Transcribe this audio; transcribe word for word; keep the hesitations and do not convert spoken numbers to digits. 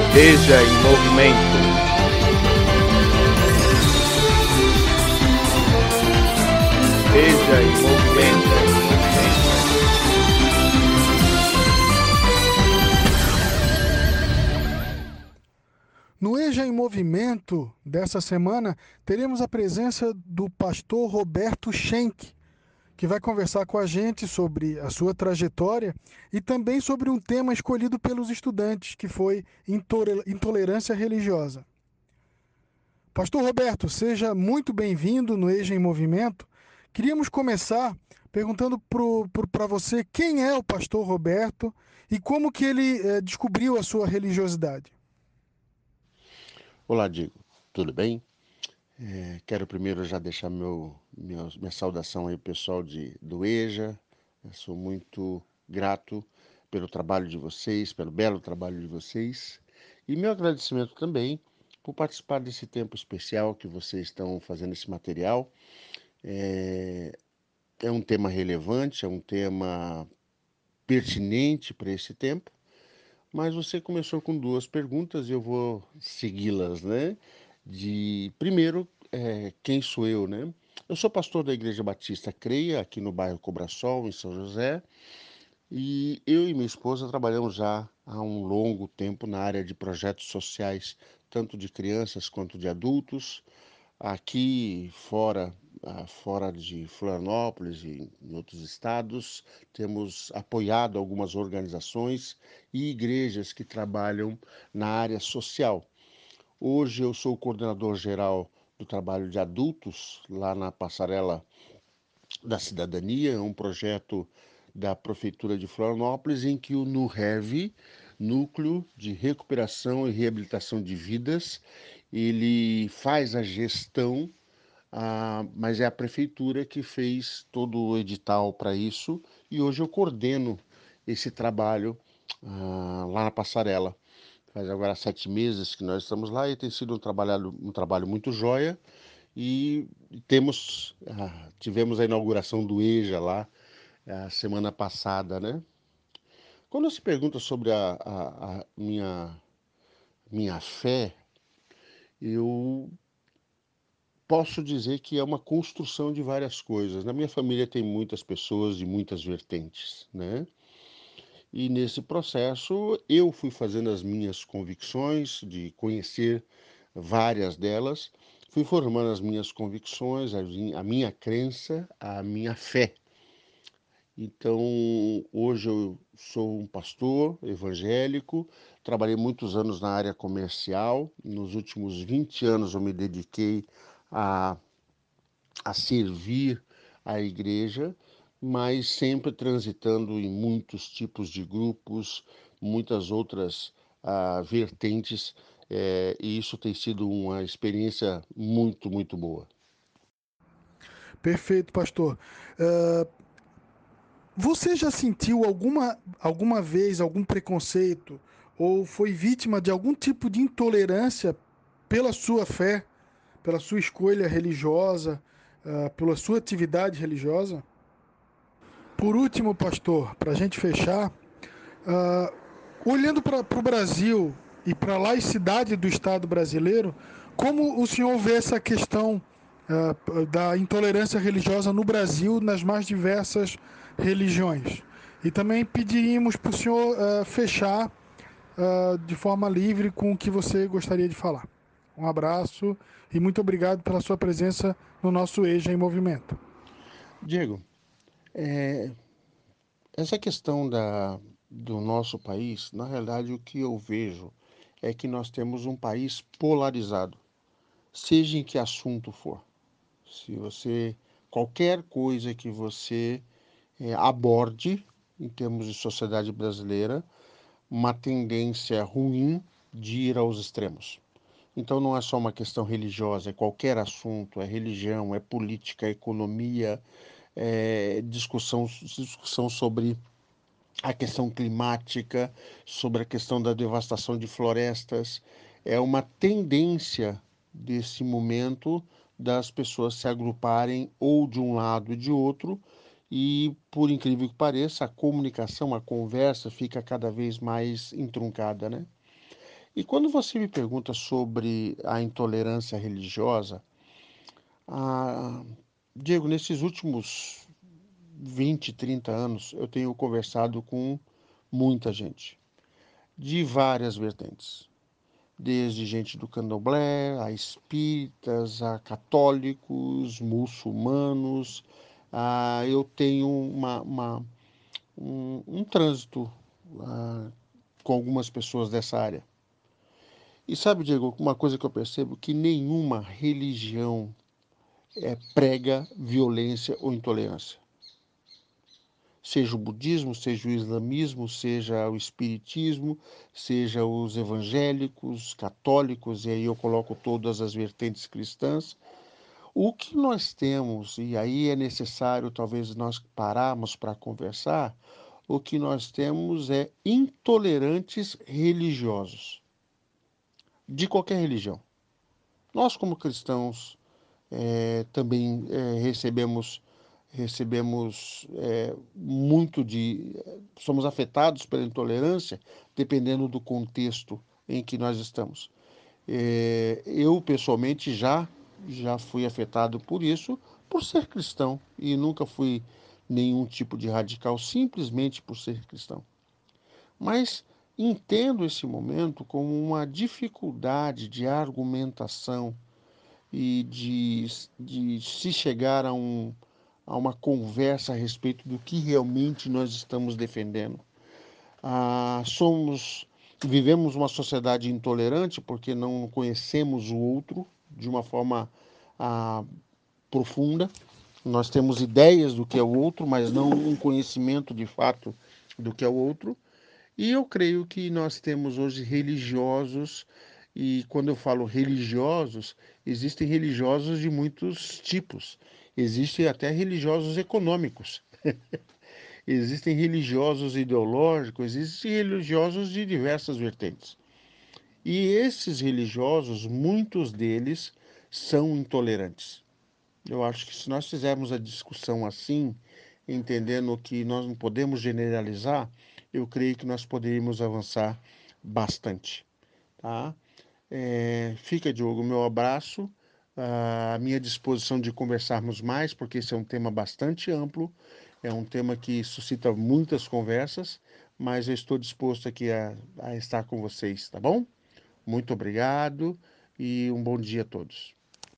Veja em movimento. Veja em movimento. No EJA em Movimento dessa semana, teremos a presença do pastor Roberto Schenck, que vai conversar com a gente sobre a sua trajetória e também sobre um tema escolhido pelos estudantes, que foi intolerância religiosa. Pastor Roberto, seja muito bem-vindo no EJA em Movimento. Queríamos começar perguntando para você quem é o pastor Roberto e como que ele eh, descobriu a sua religiosidade. Olá, Diego. Tudo bem? É, quero primeiro já deixar meu, meu, minha saudação aí ao pessoal de, do EJA. Eu sou muito grato pelo trabalho de vocês, pelo belo trabalho de vocês. E meu agradecimento também por participar desse tempo especial que vocês estão fazendo esse material. É, é um tema relevante, é um tema pertinente para esse tempo. Mas você começou com duas perguntas e eu vou segui-las, né? De primeiro, é, quem sou eu, né? Eu sou pastor da Igreja Batista Creia, aqui no bairro Cobrasol, em São José, e eu e minha esposa trabalhamos já há um longo tempo na área de projetos sociais, tanto de crianças quanto de adultos, aqui fora, ah, fora de Florianópolis e em outros estados, temos apoiado algumas organizações e igrejas que trabalham na área social. Hoje eu sou o coordenador geral do trabalho de adultos lá na Passarela da Cidadania, é um projeto da Prefeitura de Florianópolis em que o NURREV, Núcleo de Recuperação e Reabilitação de Vidas, ele faz a gestão, ah, mas é a Prefeitura que fez todo o edital para isso e hoje eu coordeno esse trabalho ah, lá na Passarela. Faz agora sete meses que nós estamos lá e tem sido um trabalho, um trabalho muito joia. E temos, ah, tivemos a inauguração do EJA lá a semana passada, né? Quando se pergunta sobre a, a, a minha, minha fé, eu posso dizer que é uma construção de várias coisas. Na minha família tem muitas pessoas de muitas vertentes, né? E nesse processo eu fui fazendo as minhas convicções de conhecer várias delas, fui formando as minhas convicções, a minha crença, a minha fé. Então, hoje eu sou um pastor evangélico, trabalhei muitos anos na área comercial, nos últimos vinte anos eu me dediquei a, a servir a igreja, mas sempre transitando em muitos tipos de grupos, muitas outras ah, vertentes, é, e isso tem sido uma experiência muito, muito boa. Perfeito, pastor. Uh, você já sentiu alguma, alguma vez algum preconceito ou foi vítima de algum tipo de intolerância pela sua fé, pela sua escolha religiosa, uh, pela sua atividade religiosa? Por último, pastor, para a gente fechar, uh, olhando para o Brasil e para a laicidade do Estado brasileiro, como o senhor vê essa questão uh, da intolerância religiosa no Brasil, nas mais diversas religiões? E também pediríamos para o senhor uh, fechar uh, de forma livre com o que você gostaria de falar. Um abraço e muito obrigado pela sua presença no nosso EJA em Movimento. Diego, é, essa questão da, do nosso país, na realidade, o que eu vejo é que nós temos um país polarizado, seja em que assunto for. Se você, qualquer coisa que você é, aborde em termos de sociedade brasileira, uma tendência ruim de ir aos extremos. Então não é só uma questão religiosa, é qualquer assunto, é religião, é política, é economia, é discussão, discussão sobre a questão climática, sobre a questão da devastação de florestas. É uma tendência desse momento das pessoas se agruparem ou de um lado e de outro, e, por incrível que pareça, a comunicação, a conversa fica cada vez mais entroncada, né? E quando você me pergunta sobre a intolerância religiosa, ah, Diego, nesses últimos vinte, trinta anos, eu tenho conversado com muita gente, de várias vertentes. Desde gente do candomblé, a espíritas, a católicos, muçulmanos. Ah, eu tenho uma, uma- um, um trânsito ah, com algumas pessoas dessa área. E sabe, Diego, uma coisa que eu percebo, que nenhuma religião é, prega violência ou intolerância. Seja o budismo, seja o islamismo, seja o espiritismo, seja os evangélicos, católicos, e aí eu coloco todas as vertentes cristãs. O que nós temos, e aí é necessário talvez nós pararmos para conversar, o que nós temos é intolerantes religiosos, de qualquer religião. Nós, como cristãos, é, também é, recebemos recebemos é, muito de somos afetados pela intolerância dependendo do contexto em que nós estamos. É, eu pessoalmente já já fui afetado por isso por ser cristão e nunca fui nenhum tipo de radical simplesmente por ser cristão. Mas entendo esse momento como uma dificuldade de argumentação e de, de se chegar a, um, a uma conversa a respeito do que realmente nós estamos defendendo. Ah, somos, vivemos uma sociedade intolerante porque não conhecemos o outro de uma forma ah, profunda. Nós temos ideias do que é o outro, mas não um conhecimento de fato do que é o outro. E eu creio que nós temos hoje religiosos, e quando eu falo religiosos, existem religiosos de muitos tipos. Existem até religiosos econômicos, existem religiosos ideológicos, existem religiosos de diversas vertentes. E esses religiosos, muitos deles são intolerantes. Eu acho que se nós fizermos a discussão assim, entendendo que nós não podemos generalizar, eu creio que nós poderíamos avançar bastante, tá? É, fica, Diogo, o meu abraço, a minha disposição de conversarmos mais, porque esse é um tema bastante amplo, é um tema que suscita muitas conversas, mas eu estou disposto aqui a, a estar com vocês, tá bom? Muito obrigado e um bom dia a todos.